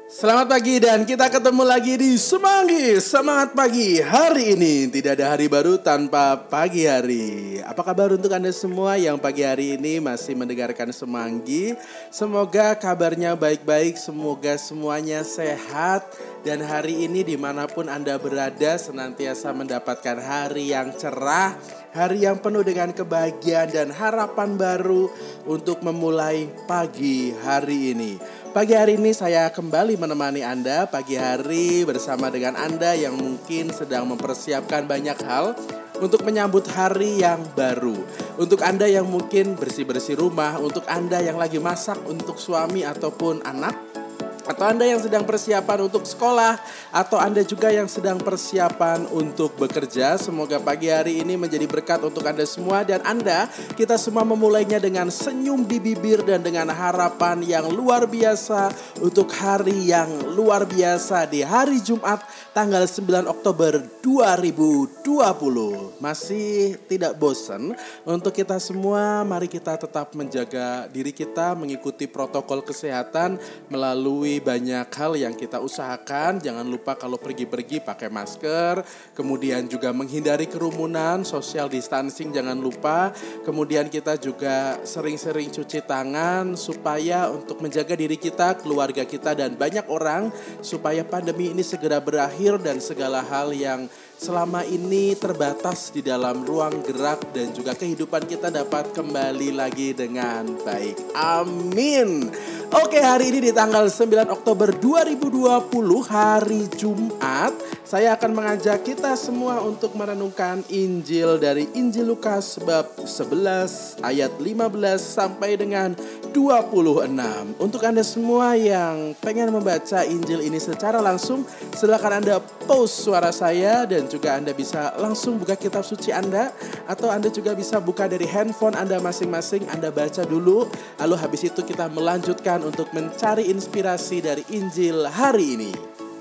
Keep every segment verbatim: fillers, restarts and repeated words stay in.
Selamat pagi dan kita ketemu lagi di Semanggi Semangat Pagi. Hari ini tidak ada hari baru tanpa pagi hari. Apa kabar untuk Anda semua yang pagi hari ini masih mendengarkan Semanggi? Semoga kabarnya baik-baik, semoga semuanya sehat. Dan hari ini dimanapun Anda berada senantiasa mendapatkan hari yang cerah, hari yang penuh dengan kebahagiaan dan harapan baru untuk memulai pagi hari ini. Pagi hari ini saya kembali menemani Anda pagi hari bersama dengan Anda yang mungkin sedang mempersiapkan banyak hal untuk menyambut hari yang baru. Untuk Anda yang mungkin bersih-bersih rumah, untuk Anda yang lagi masak untuk suami ataupun anak, atau Anda yang sedang persiapan untuk sekolah, atau Anda juga yang sedang persiapan untuk bekerja. Semoga pagi hari ini menjadi berkat untuk Anda semua dan Anda, kita semua memulainya dengan senyum di bibir dan dengan harapan yang luar biasa untuk hari yang luar biasa di hari Jumat tanggal sembilan Oktober dua ribu dua puluh. Masih tidak bosan untuk kita semua, mari kita tetap menjaga diri kita, mengikuti protokol kesehatan melalui banyak hal yang kita usahakan. Jangan lupa kalau pergi-pergi pakai masker, kemudian juga menghindari kerumunan, social distancing jangan lupa. Kemudian kita juga sering-sering cuci tangan supaya untuk menjaga diri kita, keluarga kita dan banyak orang supaya pandemi ini segera berakhir dan segala hal yang selama ini terbatas di dalam ruang gerak dan juga kehidupan kita dapat kembali lagi dengan baik. Amin. Oke, hari ini di tanggal sembilan Oktober dua ribu dua puluh, hari Jumat, saya akan mengajak kita semua untuk merenungkan Injil dari Injil Lukas bab sebelas ayat lima belas sampai dengan dua puluh enam. Untuk Anda semua yang pengen membaca Injil ini secara langsung, silakan Anda pause suara saya dan juga Anda bisa langsung buka kitab suci Anda, atau Anda juga bisa buka dari handphone Anda masing-masing. Anda baca dulu, lalu habis itu kita melanjutkan untuk mencari inspirasi dari Injil hari ini.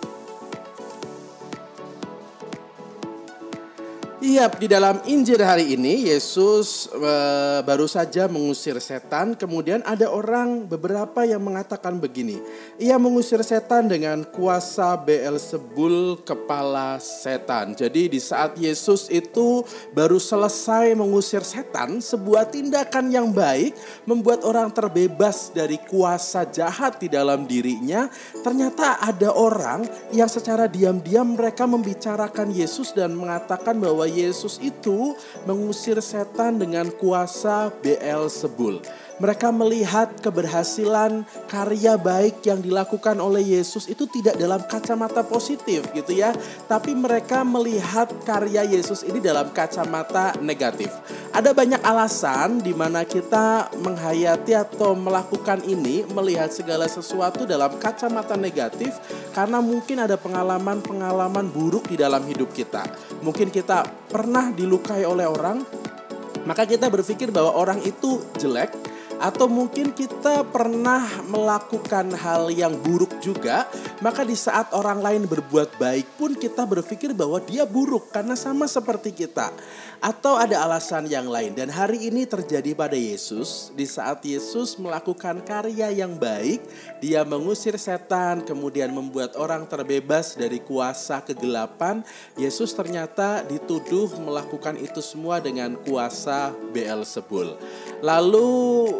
Iya, di dalam Injil hari ini Yesus e, baru saja mengusir setan. Kemudian ada orang beberapa yang mengatakan begini, ia mengusir setan dengan kuasa Beelzebul, kepala setan. Jadi di saat Yesus itu baru selesai mengusir setan, sebuah tindakan yang baik membuat orang terbebas dari kuasa jahat di dalam dirinya. Ternyata ada orang yang secara diam-diam mereka membicarakan Yesus dan mengatakan bahwa Yesus itu mengusir setan dengan kuasa Beelzebul. Mereka melihat keberhasilan karya baik yang dilakukan oleh Yesus itu tidak dalam kacamata positif gitu ya. Tapi mereka melihat karya Yesus ini dalam kacamata negatif. Ada banyak alasan di mana kita menghayati atau melakukan ini, melihat segala sesuatu dalam kacamata negatif, karena mungkin ada pengalaman-pengalaman buruk di dalam hidup kita. Mungkin kita pernah dilukai oleh orang, maka kita berpikir bahwa orang itu jelek. Atau mungkin kita pernah melakukan hal yang buruk juga, maka di saat orang lain berbuat baik pun kita berpikir bahwa dia buruk karena sama seperti kita. Atau ada alasan yang lain. Dan hari ini terjadi pada Yesus. Di saat Yesus melakukan karya yang baik, dia mengusir setan, kemudian membuat orang terbebas dari kuasa kegelapan. Yesus ternyata dituduh melakukan itu semua dengan kuasa Beelzebul. Lalu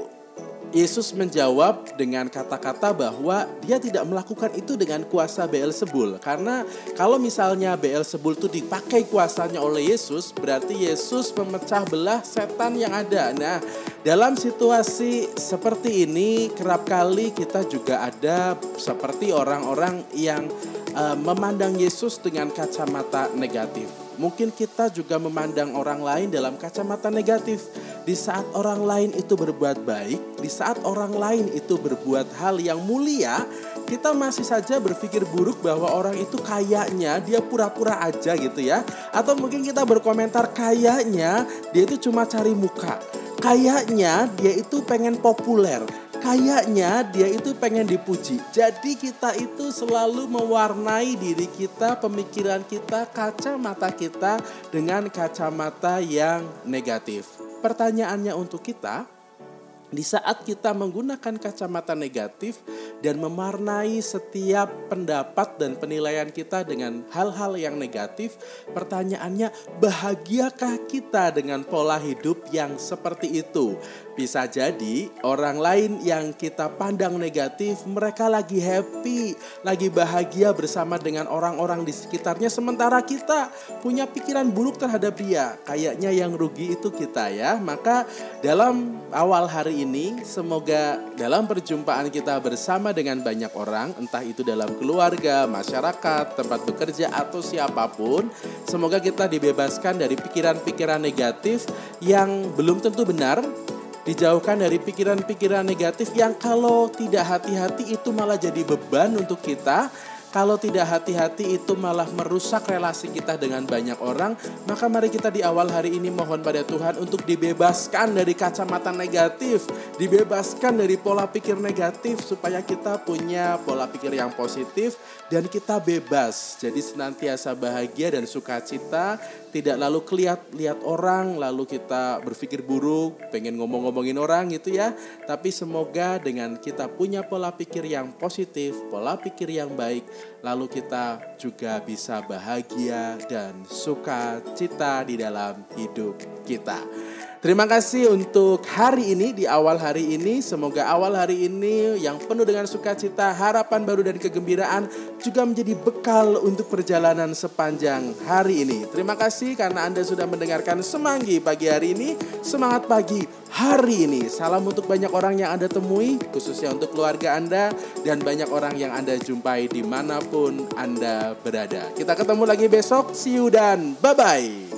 Yesus menjawab dengan kata-kata bahwa dia tidak melakukan itu dengan kuasa Beelzebul. Karena kalau misalnya Beelzebul itu dipakai kuasanya oleh Yesus, berarti Yesus memecah belah setan yang ada. Nah, dalam situasi seperti ini kerap kali kita juga ada seperti orang-orang yang uh, memandang Yesus dengan kacamata negatif. Mungkin kita juga memandang orang lain dalam kacamata negatif. Di saat orang lain itu berbuat baik, di saat orang lain itu berbuat hal yang mulia, kita masih saja berpikir buruk bahwa orang itu kayaknya dia pura-pura aja gitu ya. Atau mungkin kita berkomentar kayaknya dia itu cuma cari muka. Kayaknya dia itu pengen populer. Kayaknya dia itu pengen dipuji. Jadi kita itu selalu mewarnai diri kita, pemikiran kita, kacamata kita dengan kacamata yang negatif. Pertanyaannya untuk kita, Di saat kita menggunakan kacamata negatif dan mewarnai setiap pendapat dan penilaian kita dengan hal-hal yang negatif, pertanyaannya, bahagiakah kita dengan pola hidup yang seperti itu? Bisa jadi orang lain yang kita pandang negatif, mereka lagi happy, lagi bahagia bersama dengan orang-orang di sekitarnya, sementara kita punya pikiran buruk terhadap dia. Kayaknya yang rugi itu kita ya. Maka dalam awal hari ini, semoga dalam perjumpaan kita bersama dengan banyak orang, entah itu dalam keluarga, masyarakat, tempat bekerja, atau siapapun, semoga kita dibebaskan dari pikiran-pikiran negatif yang belum tentu benar, dijauhkan dari pikiran-pikiran negatif yang kalau tidak hati-hati itu malah jadi beban untuk kita. Kalau tidak hati-hati itu malah merusak relasi kita dengan banyak orang. Maka mari kita di awal hari ini mohon pada Tuhan untuk dibebaskan dari kacamata negatif, dibebaskan dari pola pikir negatif, supaya kita punya pola pikir yang positif dan kita bebas. Jadi senantiasa bahagia dan sukacita, tidak lalu lihat-lihat orang lalu kita berpikir buruk, pengen ngomong-ngomongin orang gitu ya. Tapi semoga dengan kita punya pola pikir yang positif, pola pikir yang baik, lalu kita juga bisa bahagia dan sukacita di dalam hidup kita. Terima kasih untuk hari ini, di awal hari ini. Semoga awal hari ini yang penuh dengan sukacita, harapan baru dan kegembiraan juga menjadi bekal untuk perjalanan sepanjang hari ini. Terima kasih karena Anda sudah mendengarkan Semanggi pagi hari ini. Semangat pagi hari ini. Salam untuk banyak orang yang Anda temui, khususnya untuk keluarga Anda dan banyak orang yang Anda jumpai dimanapun Anda berada. Kita ketemu lagi besok. See you dan bye-bye.